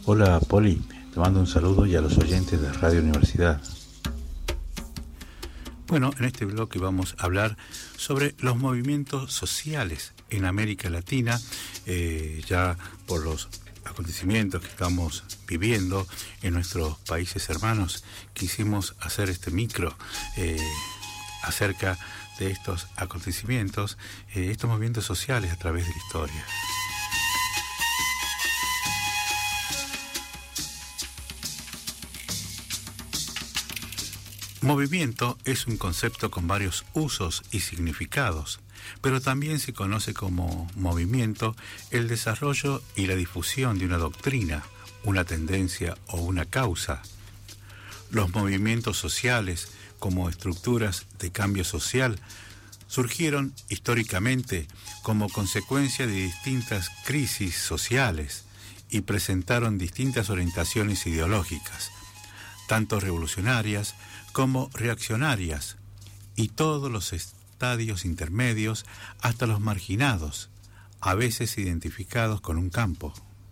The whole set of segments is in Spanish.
Hola Poli, te mando un saludo y a los oyentes de Radio Universidad. Bueno, en este bloque vamos a hablar sobre los movimientos sociales en América Latina, ya por los acontecimientos que estamos viviendo en nuestros países hermanos. Quisimos hacer este micro acerca de estos acontecimientos, estos movimientos sociales a través de la historia. Movimiento es un concepto con varios usos y significados, pero también se conoce como movimiento el desarrollo y la difusión de una doctrina, una tendencia o una causa. Los movimientos sociales, como estructuras de cambio social, surgieron históricamente como consecuencia de distintas crisis sociales y presentaron distintas orientaciones ideológicas, tanto revolucionarias como reaccionarias, y todos los estadios intermedios hasta los marginados, a veces identificados con un campo.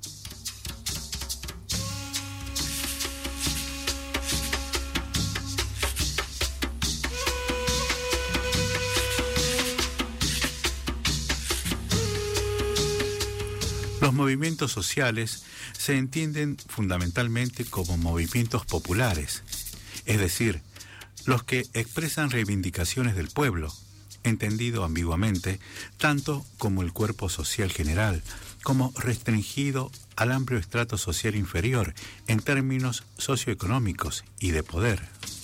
Los movimientos sociales se entienden fundamentalmente como movimientos populares, es decir, los que expresan reivindicaciones del pueblo, entendido ambiguamente, tanto como el cuerpo social general, como restringido al amplio estrato social inferior en términos socioeconómicos y de poder.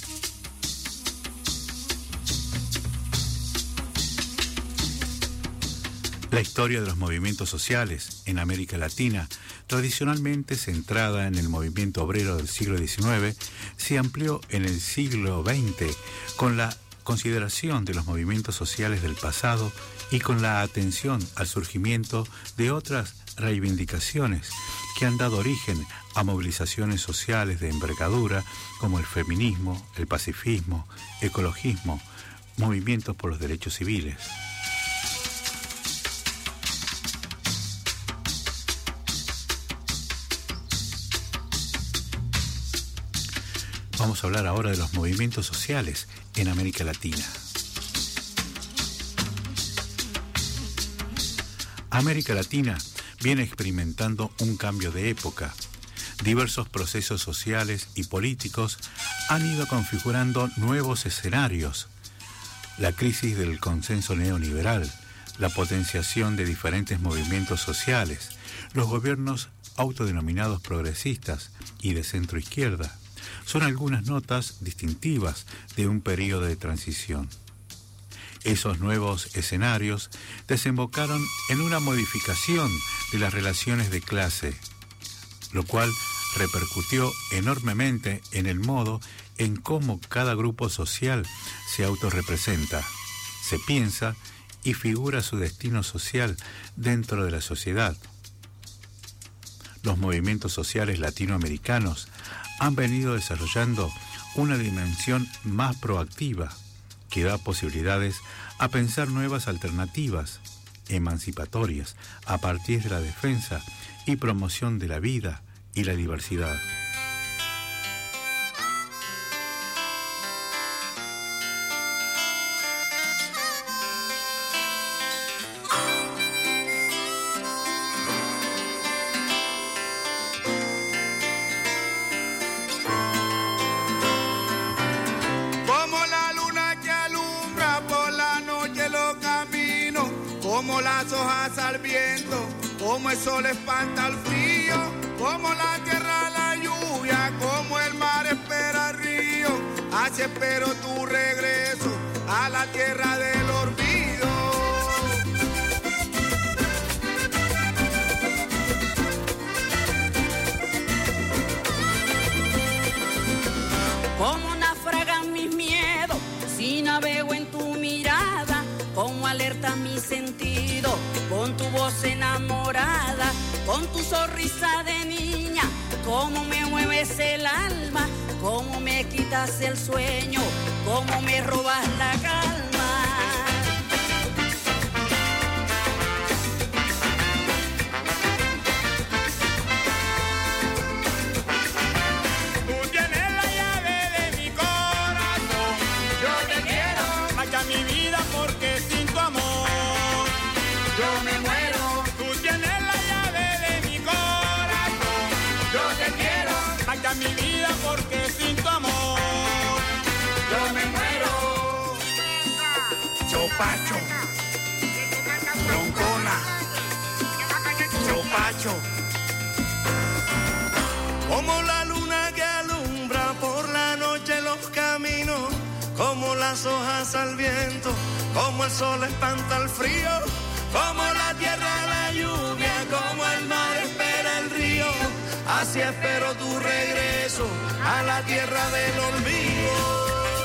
La historia de los movimientos sociales en América Latina, tradicionalmente centrada en el movimiento obrero del siglo XIX, se amplió en el siglo XX con la consideración de los movimientos sociales del pasado y con la atención al surgimiento de otras reivindicaciones que han dado origen a movilizaciones sociales de envergadura como el feminismo, el pacifismo, ecologismo, movimientos por los derechos civiles. Vamos a hablar ahora de los movimientos sociales en América Latina. América Latina viene experimentando un cambio de época. Diversos procesos sociales y políticos han ido configurando nuevos escenarios. La crisis del consenso neoliberal, la potenciación de diferentes movimientos sociales, los gobiernos autodenominados progresistas y de centro izquierda, son algunas notas distintivas de un periodo de transición. Esos nuevos escenarios desembocaron en una modificación de las relaciones de clase, lo cual repercutió enormemente en el modo en cómo cada grupo social se autorrepresenta, se piensa y figura su destino social dentro de la sociedad. Los movimientos sociales latinoamericanos han venido desarrollando una dimensión más proactiva que da posibilidades a pensar nuevas alternativas emancipatorias a partir de la defensa y promoción de la vida y la diversidad. Como las hojas al viento, como el sol espanta el frío, como la tierra la lluvia, como el mar espera el río, así espero tu regreso a la tierra del olvido. Como naufragan mis miedos, si navego en tu mirada, como alerta mi sentido, con tu voz enamorada, con tu sonrisa de niña, cómo me mueves el alma, cómo me quitas el sueño, cómo me robas la calma. Chopacho, Roncona, Chopacho. Como la luna que alumbra por la noche los caminos, como las hojas al viento, como el sol espanta el frío, como la tierra la lluvia, como el mar espera el río, así espero tu regreso a la tierra del olvido.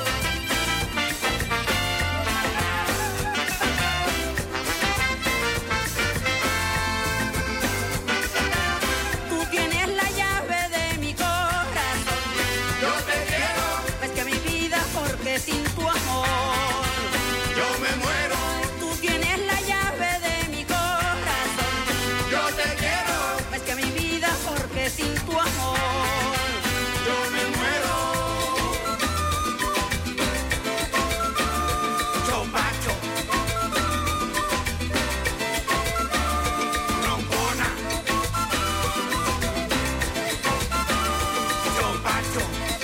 Sin tu amor yo me muero. Tú tienes la llave de mi corazón. Yo te quiero. Más que mi vida, porque sin tu amor yo me muero. Chopacho, Roncona, Chopacho.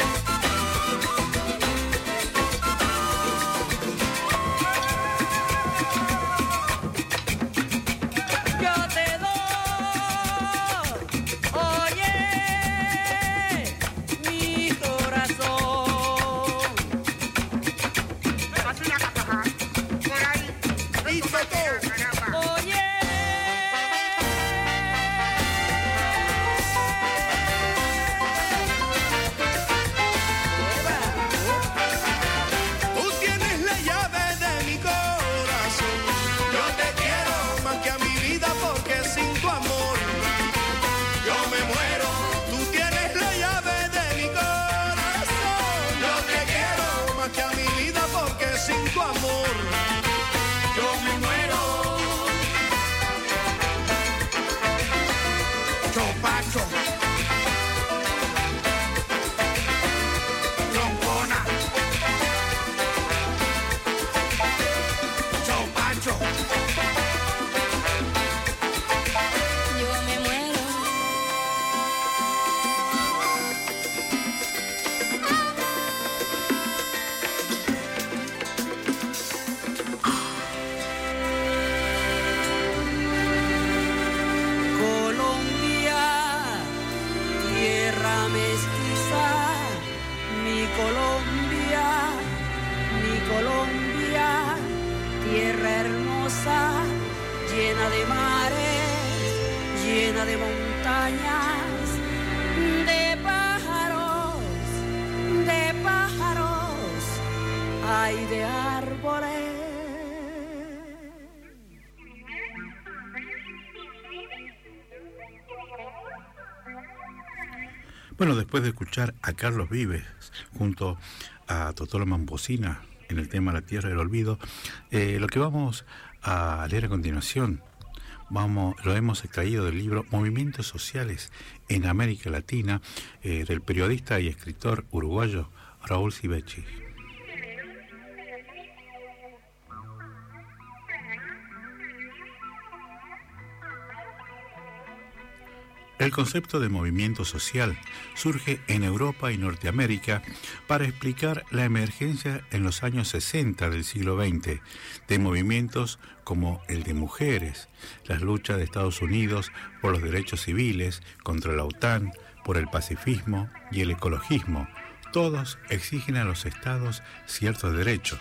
Tierra hermosa, llena de mares, llena de montañas, de pájaros, hay de árboles. Bueno, después de escuchar a Carlos Vives junto a Totó Momposina en el tema La Tierra del Olvido, lo que vamos a leer a continuación lo hemos extraído del libro Movimientos Sociales en América Latina, del periodista y escritor uruguayo Raúl Civechi. El concepto de movimiento social surge en Europa y Norteamérica para explicar la emergencia en los años 60 del siglo XX de movimientos como el de mujeres, las luchas de Estados Unidos por los derechos civiles, contra la OTAN, por el pacifismo y el ecologismo. Todos exigen a los estados ciertos derechos.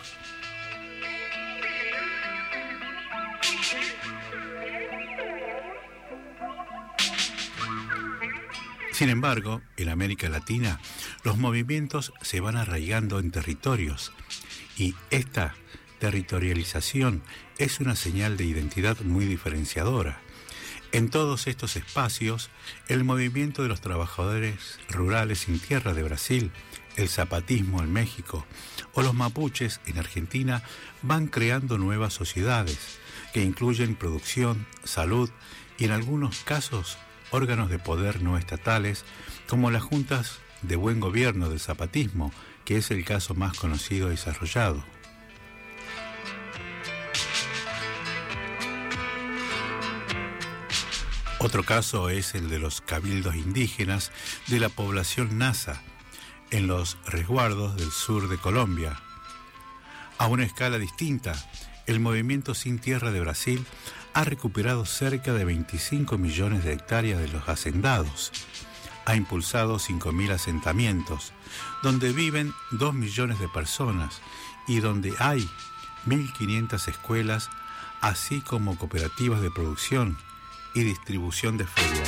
Sin embargo, en América Latina, los movimientos se van arraigando en territorios y esta territorialización es una señal de identidad muy diferenciadora. En todos estos espacios, el movimiento de los trabajadores rurales sin tierra de Brasil, el zapatismo en México o los mapuches en Argentina van creando nuevas sociedades que incluyen producción, salud y en algunos casos órganos de poder no estatales, como las juntas de buen gobierno del zapatismo, que es el caso más conocido y desarrollado. Otro caso es el de los cabildos indígenas de la población nasa, en los resguardos del sur de Colombia. A una escala distinta, el Movimiento Sin Tierra de Brasil ha recuperado cerca de 25 millones de hectáreas de los hacendados. Ha impulsado 5.000 asentamientos, donde viven 2 millones de personas y donde hay 1.500 escuelas, así como cooperativas de producción y distribución de ferias.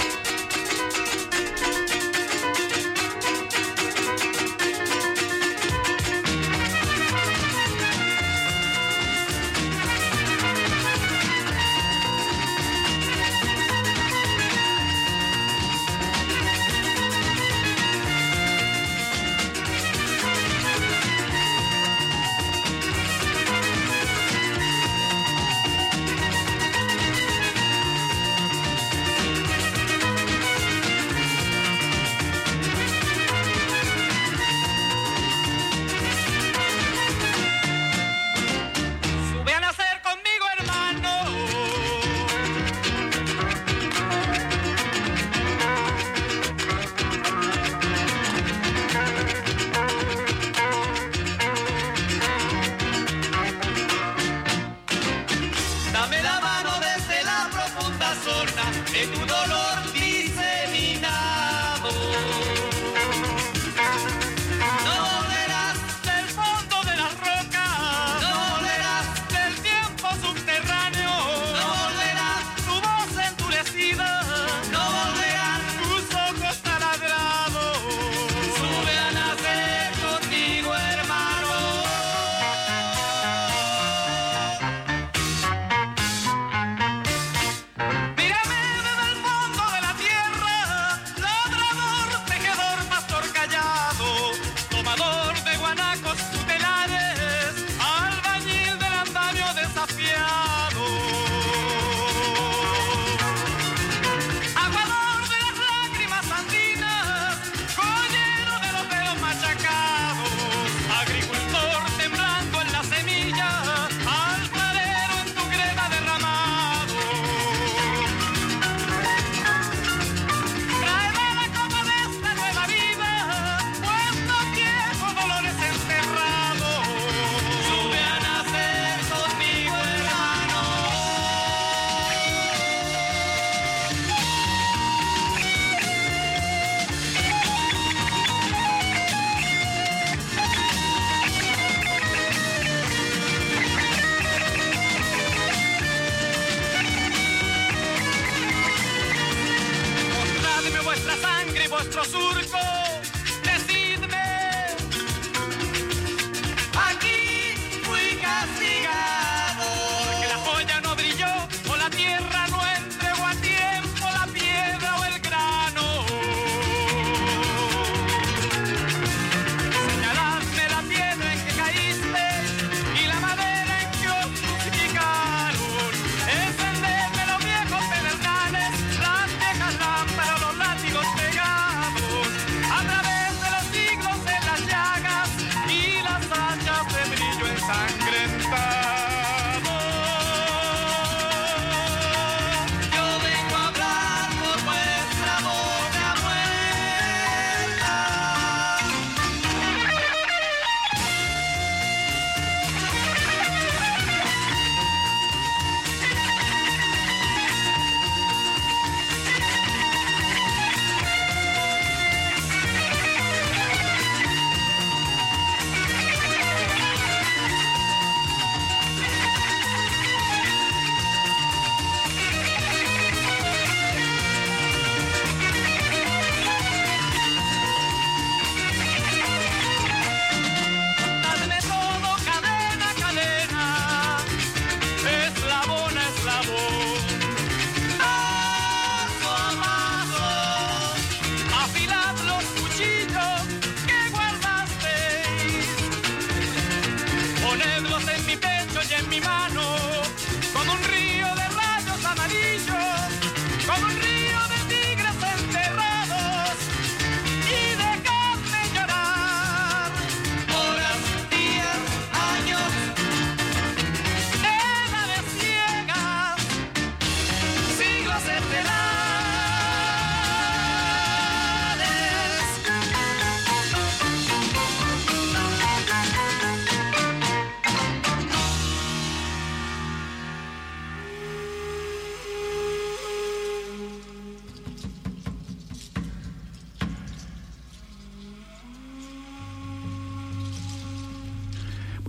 Pegados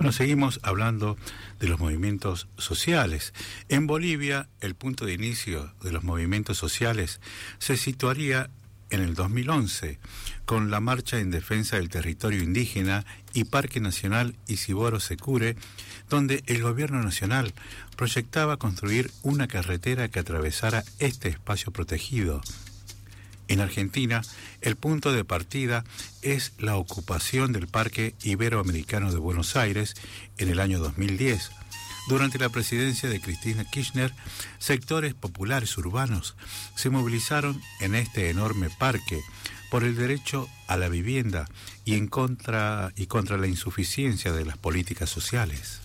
Bueno, seguimos hablando de los movimientos sociales. En Bolivia, el punto de inicio de los movimientos sociales se situaría en el 2011, con la marcha en defensa del territorio indígena y Parque Nacional Isiboro Secure, donde el gobierno nacional proyectaba construir una carretera que atravesara este espacio protegido. En Argentina, el punto de partida es la ocupación del Parque Iberoamericano de Buenos Aires en el año 2010. Durante la presidencia de Cristina Kirchner, sectores populares urbanos se movilizaron en este enorme parque por el derecho a la vivienda y contra la insuficiencia de las políticas sociales.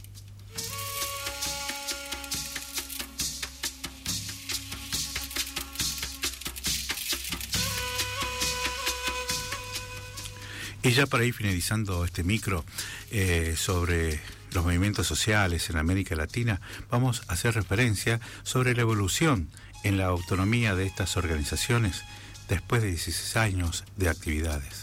Y ya para ir finalizando este micro sobre los movimientos sociales en América Latina, vamos a hacer referencia sobre la evolución en la autonomía de estas organizaciones después de 16 años de actividades.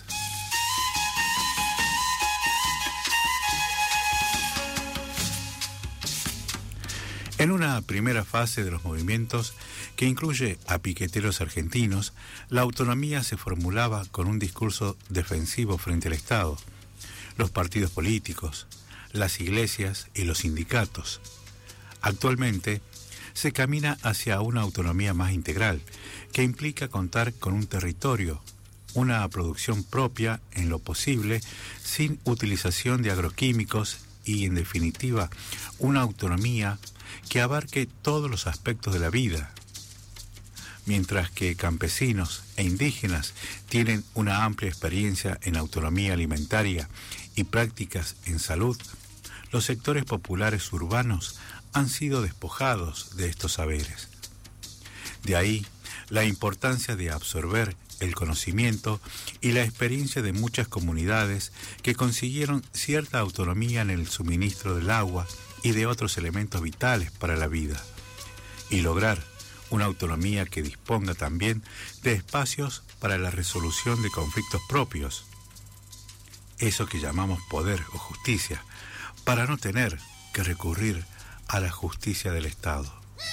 En una primera fase de los movimientos, que incluye a piqueteros argentinos, la autonomía se formulaba con un discurso defensivo frente al Estado, los partidos políticos, las iglesias y los sindicatos. Actualmente, se camina hacia una autonomía más integral, que implica contar con un territorio, una producción propia en lo posible, sin utilización de agroquímicos y, en definitiva, una autonomía que abarque todos los aspectos de la vida. Mientras que campesinos e indígenas tienen una amplia experiencia en autonomía alimentaria y prácticas en salud, los sectores populares urbanos han sido despojados de estos saberes. De ahí la importancia de absorber el conocimiento y la experiencia de muchas comunidades que consiguieron cierta autonomía en el suministro del agua y de otros elementos vitales para la vida, y lograr una autonomía que disponga también de espacios para la resolución de conflictos propios, eso que llamamos poder o justicia, para no tener que recurrir a la justicia del Estado.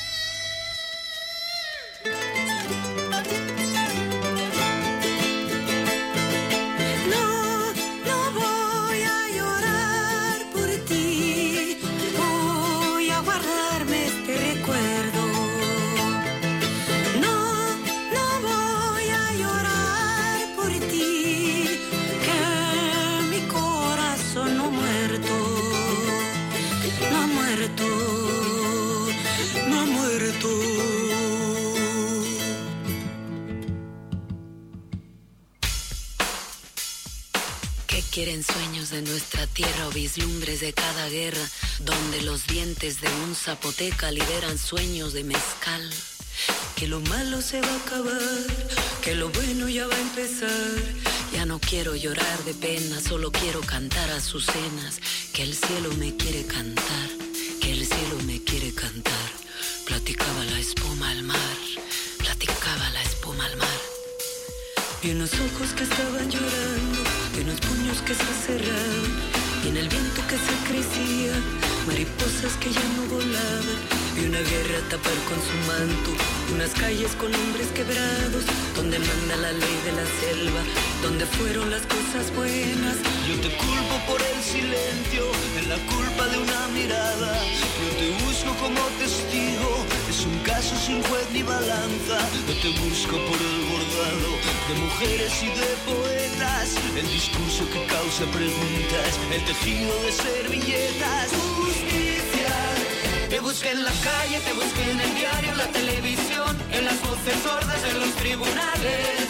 Quieren sueños de nuestra tierra o vislumbres de cada guerra, donde los dientes de un zapoteca liberan sueños de mezcal. Que lo malo se va a acabar, que lo bueno ya va a empezar. Ya no quiero llorar de pena, solo quiero cantar azucenas. Que el cielo me quiere cantar, que el cielo me quiere cantar. Platicaba la espuma al mar, platicaba la espuma al mar. Y unos ojos que estaban llorando, y unos puños que se cerraban, y en el viento que se crecía, mariposas que ya no volaban, y una guerra a tapar con su manto, unas calles con hombres quebrados, donde manda la ley de la selva, donde fueron las cosas buenas. Yo te culpo por el silencio, en la culpa de una mirada. Yo te busco como testigo, es un caso sin juez ni balanza. Yo te busco por el bordado de mujeres y de poetas, el discurso que causa preguntas, el tejido de servilletas. Justicia, te busqué en la calle, te busqué en el diario, en la televisión, en las voces sordas, en los tribunales.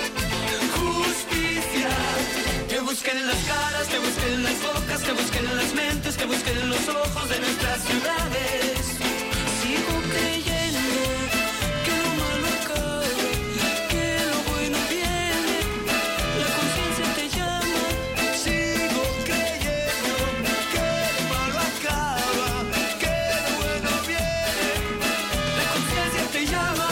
Justicia, te busqué en las caras, te busqué en las bocas, te busqué en las mentes, te busqué en los ojos de nuestras ciudades. Sigo creyendo que lo malo acaba, que lo bueno viene, la conciencia te llama. Sigo creyendo que lo malo acaba, que lo bueno viene, la conciencia te llama.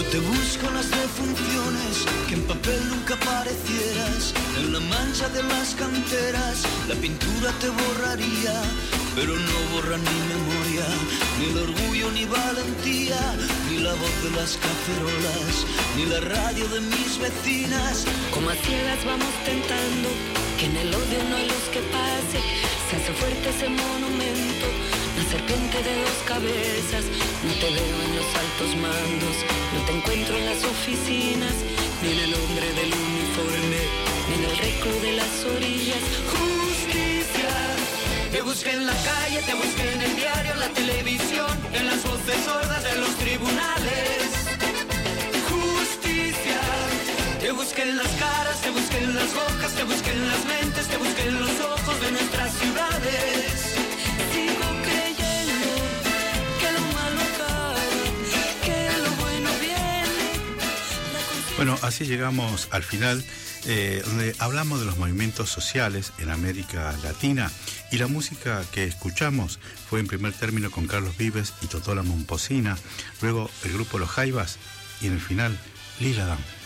te busco en las defunciones, que en papel nunca aparecieras. En la mancha de las canteras, la pintura te borraría, pero no borra ni memoria, ni el orgullo ni valentía, ni la voz de las cacerolas, ni la radio de mis vecinas. Como a ciegas vamos tentando, que en el odio no hay luz que pase. Se hace fuerte ese monumento, la serpiente de dos cabezas. No te veo en los altos mandos, no te encuentro en las oficinas, ni en el hombre del uniforme, ni en el reclu de las orillas. Justicia, te busqué en la calle, te busqué en el diario, en la televisión, en las voces sordas de los tribunales. Justicia, te busqué en las caras, te busqué en las bocas, te busqué en las mentes, te busqué en los ojos de nuestras ciudades. Sigo creyendo que lo malo acaba, que lo bueno viene. Bueno, así llegamos al final, donde hablamos de los movimientos sociales en América Latina, y la música que escuchamos fue en primer término con Carlos Vives y Totó la Momposina, luego el grupo Los Jaivas y en el final Lila Dam.